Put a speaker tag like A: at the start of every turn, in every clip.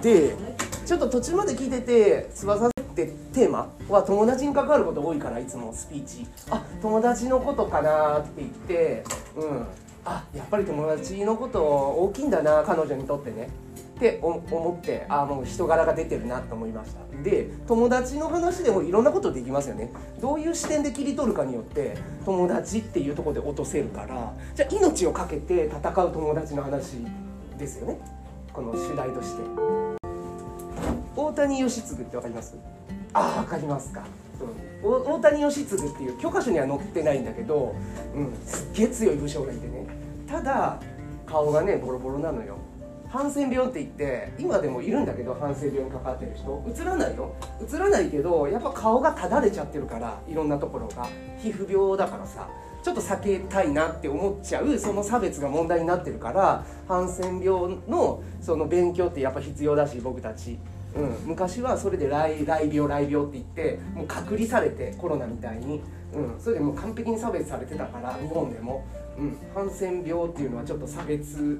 A: でちょっと途中まで聞いてて、翼ってテーマは友達に関わること多いから、いつもスピーチ友達のことかなって言って、やっぱり友達のこと大きいんだな彼女にとってねって思って、もう人柄が出てるなと思いました。で、友達の話でもいろんなことできますよね。どういう視点で切り取るかによって友達っていうところで落とせるから、じゃあ命をかけて戦う友達の話ですよね、この主題として。大谷義次って分かります？分かりますか。大谷義次っていう教科書には載ってないんだけど、すっげえ強い武将がいてね、ただ顔がねボロボロなのよ。ハンセン病って言って今でもいるんだけど、ハンセン病にかかってる人映らないよ、映らないけどやっぱ顔がただれちゃってるから、いろんなところが皮膚病だからさ、ちょっと避けたいなって思っちゃう、その差別が問題になってるから、ハンセン病のその勉強ってやっぱ必要だし、僕たち、昔はそれで雷病って言ってもう隔離されて、コロナみたいに、それでもう完璧に差別されてたから、日本でも、ハンセン病っていうのはちょっと差別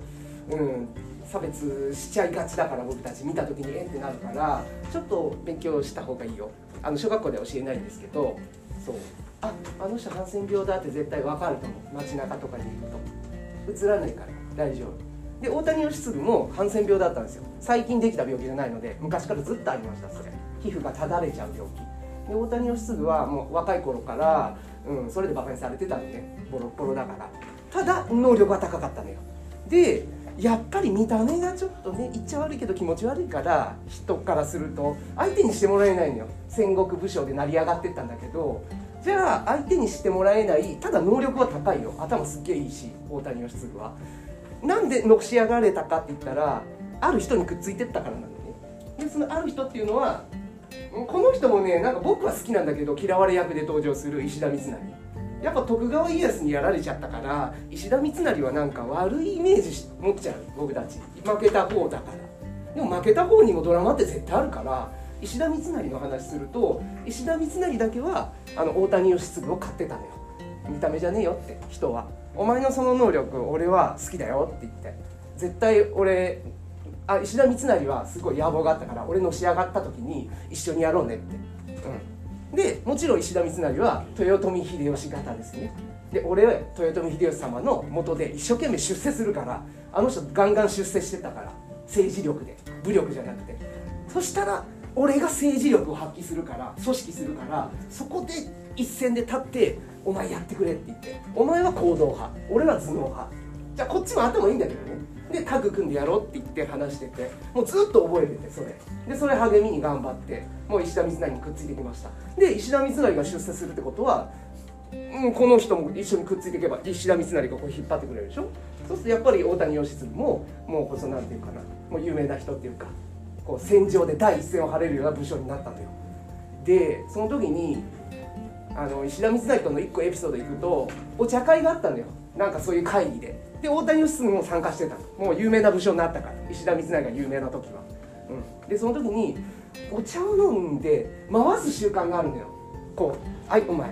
A: しちゃいがちだから、僕たち見た時にってなるから、ちょっと勉強した方がいいよ。小学校では教えないんですけど、そうあの人ハンセン病だって絶対わかると思う。街中とかに行くと映らないから大丈夫で、大谷義次もハンセン病だったんですよ。最近できた病気じゃないので、昔からずっとありました。それ皮膚がただれちゃう病気で、大谷義次はもう若い頃から、それでバカにされてたのね、ボロッボロだから。ただ能力が高かったのよ。でやっぱり見た目がちょっとね、言っちゃ悪いけど気持ち悪いから、人からすると相手にしてもらえないのよ。戦国武将で成り上がってったんだけど、じゃあ相手にしてもらえない、ただ能力は高いよ、頭すっげえいいし、大谷義次はなんでのし上がれたかって言ったら、ある人にくっついてったからなのね。でそのある人っていうのは、この人もね、なんか僕は好きなんだけど嫌われ役で登場する石田三成。やっぱ徳川家康にやられちゃったから、石田三成はなんか悪いイメージ持っちゃう、僕たち負けた方だから。でも負けた方にもドラマって絶対あるから、石田三成の話すると、石田三成だけは大谷義次を買ってたのよ。見た目じゃねえよって、人はお前のその能力俺は好きだよって言って、絶対俺石田三成はすごい野望があったから、俺のし上がった時に一緒にやろうねって、でもちろん石田三成は豊臣秀吉型ですね。で俺豊臣秀吉様の下で一生懸命出世するから、あの人ガンガン出世してたから、政治力で武力じゃなくて。そしたら俺が政治力を発揮するから、組織するから、そこで一線で立ってお前やってくれって言って、お前は行動派、俺は頭脳派、じゃあこっちも頭いいんだけどね。でタッグ組んでやろうって言って話してて、もうずっと覚えてて、それ励みに頑張って、もう石田三成にくっついてきました。で石田三成が出世するってことは、この人も一緒にくっついていけば石田三成がこう引っ張ってくれるでしょ。そうするとやっぱり大谷義次ももうこそなんていうかな、もう有名な人っていうか、こう戦場で第一線を張れるような武将になったのよ。でその時に石田三成との1個エピソード行くと、お茶会があったのよ、なんかそういう会議で。で大谷義次も参加してたの、もう有名な武将になったから、石田三成が有名な時は、でその時にお茶を飲んで回す習慣があるのよ。こうはいお前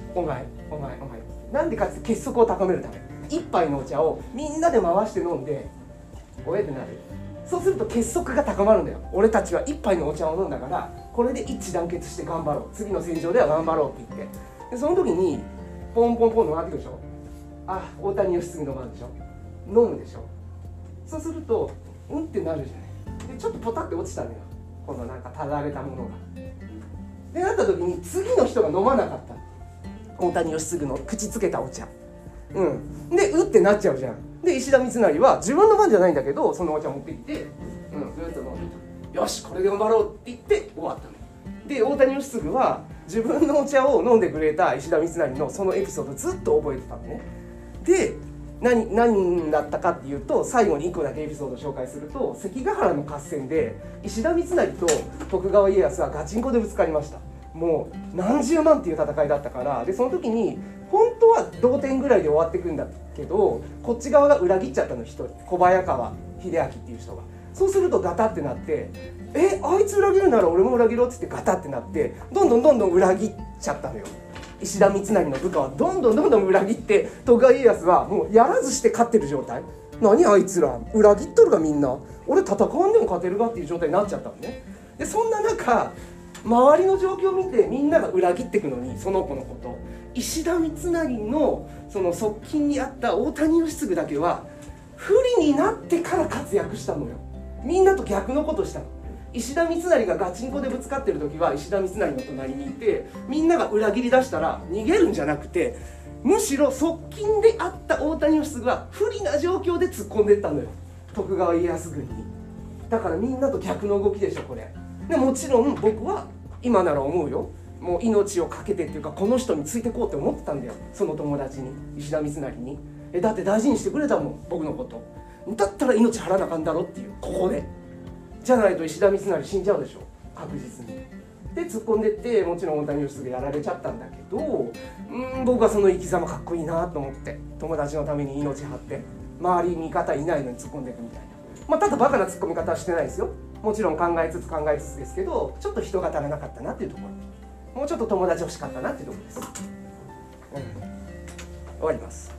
A: なんでかって結束を高めるため、一杯のお茶をみんなで回して飲んで、おえってなる。そうすると結束が高まるんだよ。俺たちは一杯のお茶を飲んだから、これで一致団結して頑張ろう、次の戦場では頑張ろうって言って、でその時にポンポンポンの回ってくるでしょ。大谷義次の番でしょ。飲むでしょ。そうするとってなるじゃない。でちょっとポタって落ちたのよ、このなんかただれたものが。でなった時に次の人が飲まなかった、大谷義次の口つけたお茶。でってなっちゃうじゃん。で石田三成は自分の番じゃないんだけど、そのお茶持ってきて、ずっと飲んで、よしこれで頑張ろうって言って終わったの。で大谷義次は自分のお茶を飲んでくれた石田三成のそのエピソードずっと覚えてたのね。で何だったかっていうと、最後に1個だけエピソードを紹介すると、関ヶ原の合戦で石田三成と徳川家康はガチンコでぶつかりました。もう何十万っていう戦いだったから。でその時に本当は同点ぐらいで終わっていくんだけど、こっち側が裏切っちゃったの、1人、小早川秀明っていう人が。そうするとガタってなって、あいつ裏切るなら俺も裏切ろうっつってガタってなって、どんどん裏切っちゃったのよ。石田三成の部下はどんどん裏切って、徳川家康はもうやらずして勝ってる状態何あいつら裏切っとるがみんな、俺戦わんでも勝てるがっていう状態になっちゃったのね。でそんな中周りの状況を見てみんなが裏切っていくのに、その子のこと石田三成のその側近にあった大谷義次だけは不利になってから活躍したのよ。みんなと逆のことしたの。石田三成がガチンコでぶつかってる時は石田三成の隣にいて、みんなが裏切り出したら逃げるんじゃなくて、むしろ側近であった大谷義次は不利な状況で突っ込んでいったのよ、徳川家康軍に。だからみんなと逆の動きでしょこれ。でもちろん僕は今なら思うよ、もう命を懸けてっていうかこの人についてこうって思ってたんだよ、その友達に、石田三成に。だって大事にしてくれたもん僕のこと。だったら命張らなあかんだろっていう、ここでじゃないと石田三成死んじゃうでしょ確実に。で突っ込んでって、もちろん大谷義次やられちゃったんだけど、僕はその生き様かっこいいなと思って、友達のために命張って周りに味方いないのに突っ込んでいくみたいな。ただバカな突っ込み方はしてないですよ、もちろん考えつつですけど、ちょっと人が足らなかったなっていうところ、もうちょっと友達欲しかったなっていうところです、終わります。